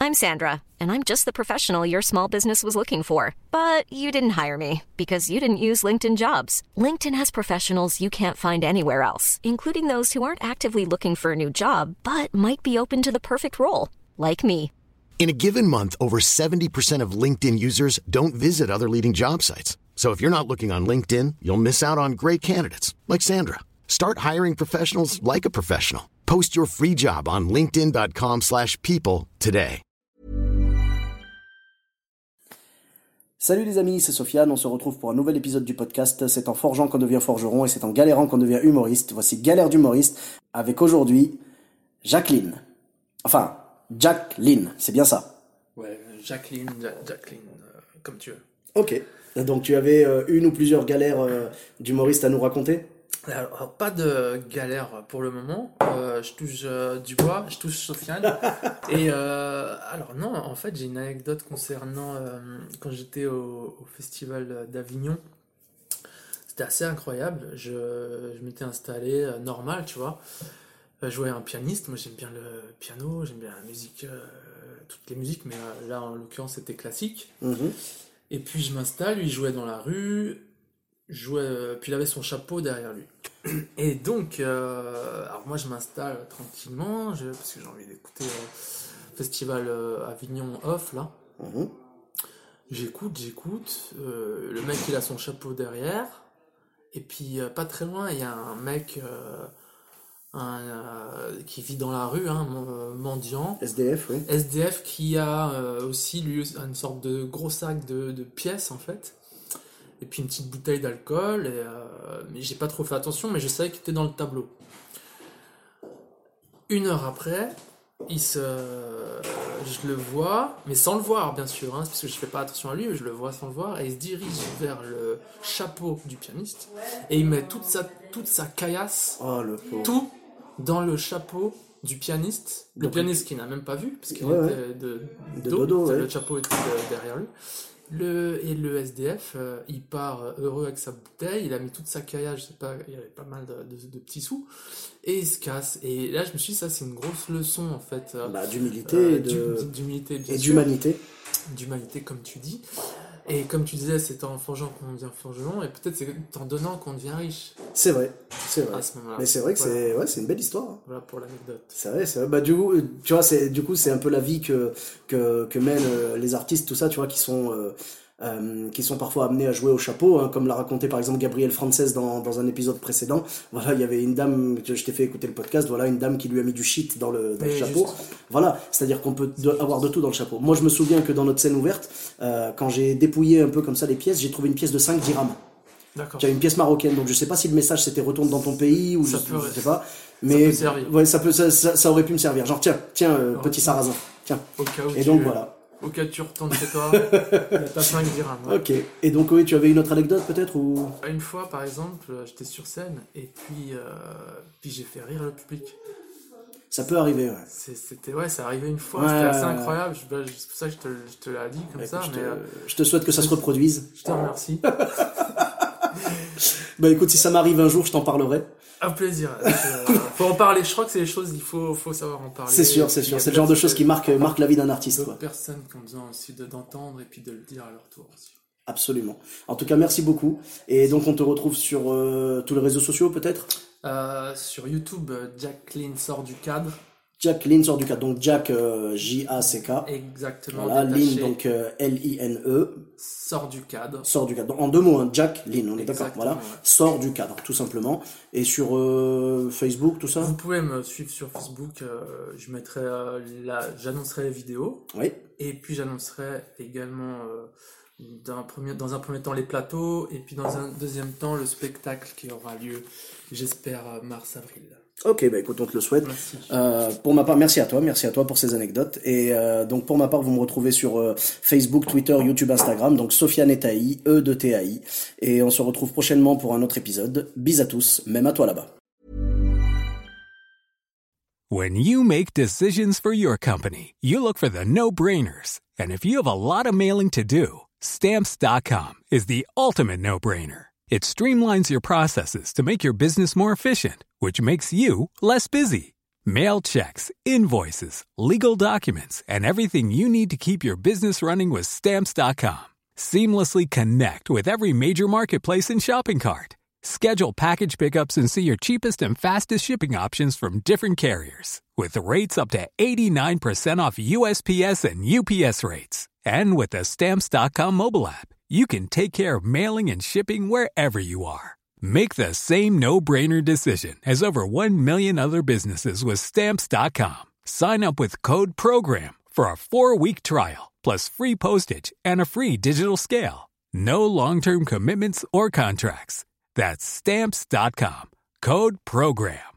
I'm Sandra, and I'm just the professional your small business was looking for. But you didn't hire me because you didn't use LinkedIn Jobs. LinkedIn has professionals you can't find anywhere else, including those who aren't actively looking for a new job, but might be open to the perfect role, like me. In a given month, over 70% of LinkedIn users don't visit other leading job sites. So if you're not looking on LinkedIn, you'll miss out on great candidates like Sandra. Start hiring professionals like a professional. Post your free job on linkedin.com/people today. Salut les amis, c'est Sofiane, on se retrouve pour un nouvel épisode du podcast. C'est en forgeant qu'on devient forgeron et c'est en galérant qu'on devient humoriste. Voici Galère d'humoriste avec aujourd'hui Jacqueline. Enfin, Jacqueline, c'est bien ça? Ouais, Jacqueline, comme tu veux. Ok, donc tu avais une ou plusieurs galères d'humoriste à nous raconter? Alors, pas de galère pour le moment. Je touche du bois, je touche Sofiane. Et alors non, en fait, j'ai une anecdote concernant quand j'étais au festival d'Avignon. C'était assez incroyable. Je m'étais installé normal, tu vois. Je jouais un pianiste. Moi, j'aime bien le piano, j'aime bien la musique, toutes les musiques, mais là, en l'occurrence, c'était classique. Mm-hmm. Et puis, je m'installe, lui, il jouait dans la rue. Puis il avait son chapeau derrière lui. Et donc, alors moi je m'installe tranquillement, parce que j'ai envie d'écouter Festival Avignon Off là. Mmh. J'écoute. Le mec il a son chapeau derrière. Et puis pas très loin, il y a un mec qui vit dans la rue, mendiant. SDF, oui. SDF qui a aussi lui une sorte de gros sac de pièces en fait. Et puis une petite bouteille d'alcool, mais j'ai pas trop fait attention, mais je savais qu'il était dans le tableau. 1 heure après, je le vois, mais sans le voir bien sûr, parce que je fais pas attention à lui, mais je le vois sans le voir, et il se dirige vers le chapeau du pianiste, et il met toute sa caillasse, tout dans le chapeau du pianiste, le pianiste qui n'a même pas vu, parce qu'il était de dos, le chapeau était derrière lui. Et le SDF, il part heureux avec sa bouteille, il a mis toute sa caillasse, je sais pas, il y avait pas mal de petits sous, et il se casse. Et là, je me suis dit, ça, c'est une grosse leçon, en fait. D'humilité, d'humilité, bien et sûr. D'humanité, comme tu dis. Et comme tu disais, c'est en forgeant qu'on devient forgeron, et peut-être c'est en donnant qu'on devient riche. C'est vrai. À ce moment-là. Mais c'est vrai que c'est une belle histoire. Voilà pour l'anecdote. C'est vrai. Bah, du coup, c'est un peu la vie que mènent les artistes, tout ça, tu vois, qui sont parfois amenés à jouer au chapeau, comme l'a raconté par exemple Gabriel Frances dans un épisode précédent. Voilà, il y avait une dame, je t'ai fait écouter le podcast, voilà, une dame qui lui a mis du shit dans le chapeau. Voilà, c'est-à-dire qu'on peut avoir de tout dans le chapeau. Moi, je me souviens que dans notre scène ouverte, quand j'ai dépouillé un peu comme ça les pièces, j'ai trouvé une pièce de 5 dirhams. D'accord. Qui a une pièce marocaine, donc je sais pas si le message c'était retourne dans ton pays ou je sais pas, mais ça peut servir. Ouais, ça aurait pu me servir. Genre tiens, petit sarrasin, tiens. Au cas où et donc voilà. Au cas où tu retournes chez toi, t'as 5 dirhams. Ouais. Ok. Et donc oui, tu avais une autre anecdote peut-être ou... Une fois, par exemple, j'étais sur scène et puis j'ai fait rire le public. Ça peut arriver, ouais. Ça arrivait une fois, c'était assez incroyable. C'est pour ça que je te l'ai dit comme ça. Je te souhaite que ça se reproduise. Je te remercie. Bah écoute, si ça m'arrive un jour, je t'en parlerai. Un plaisir. Faut en parler. Je crois que c'est les choses, il faut savoir en parler. C'est sûr. C'est le genre de choses qui marquent la vie d'un artiste. D'autres personnes qui ont besoin aussi d'entendre et puis de le dire à leur tour aussi. Absolument. En tout cas, merci beaucoup. Et donc, on te retrouve sur tous les réseaux sociaux, peut-être? Sur YouTube, Jacqueline sort du cadre. Jacqueline sort du cadre. Donc, Jack, J-A-C-K. Exactement. Voilà, Line, donc L-I-N-E. Sort du cadre. Sort du cadre. Donc, en 2 mots, Jacqueline, on est d'accord. Voilà. Ouais. Sort du cadre, tout simplement. Et sur Facebook, tout ça? Vous pouvez me suivre sur Facebook. Je mettrai j'annoncerai les vidéos. Oui. Et puis, j'annoncerai également dans un premier temps les plateaux. Et puis, dans un deuxième temps, le spectacle qui aura lieu, j'espère, mars-avril. Ok, bah écoute, on te le souhaite. Merci. Pour ma part, merci à toi pour ces anecdotes. Et donc pour ma part, vous me retrouvez sur Facebook, Twitter, YouTube, Instagram, donc Sofiane Etaï, E-de-T-A-I. Et on se retrouve prochainement pour un autre épisode. Bis à tous, même à toi là-bas. When you make decisions for your company, you look for the no-brainers. And if you have a lot of mailing to do, Stamps.com is the ultimate no-brainer. It streamlines your processes to make your business more efficient, which makes you less busy. Mail checks, invoices, legal documents, and everything you need to keep your business running with Stamps.com. Seamlessly connect with every major marketplace and shopping cart. Schedule package pickups and see your cheapest and fastest shipping options from different carriers, with rates up to 89% off USPS and UPS rates. And with the Stamps.com mobile app, you can take care of mailing and shipping wherever you are. Make the same no-brainer decision as over 1 million other businesses with Stamps.com. Sign up with code PROGRAM for a 4-week trial, plus free postage and a free digital scale. No long-term commitments or contracts. That's Stamps.com. Code PROGRAM.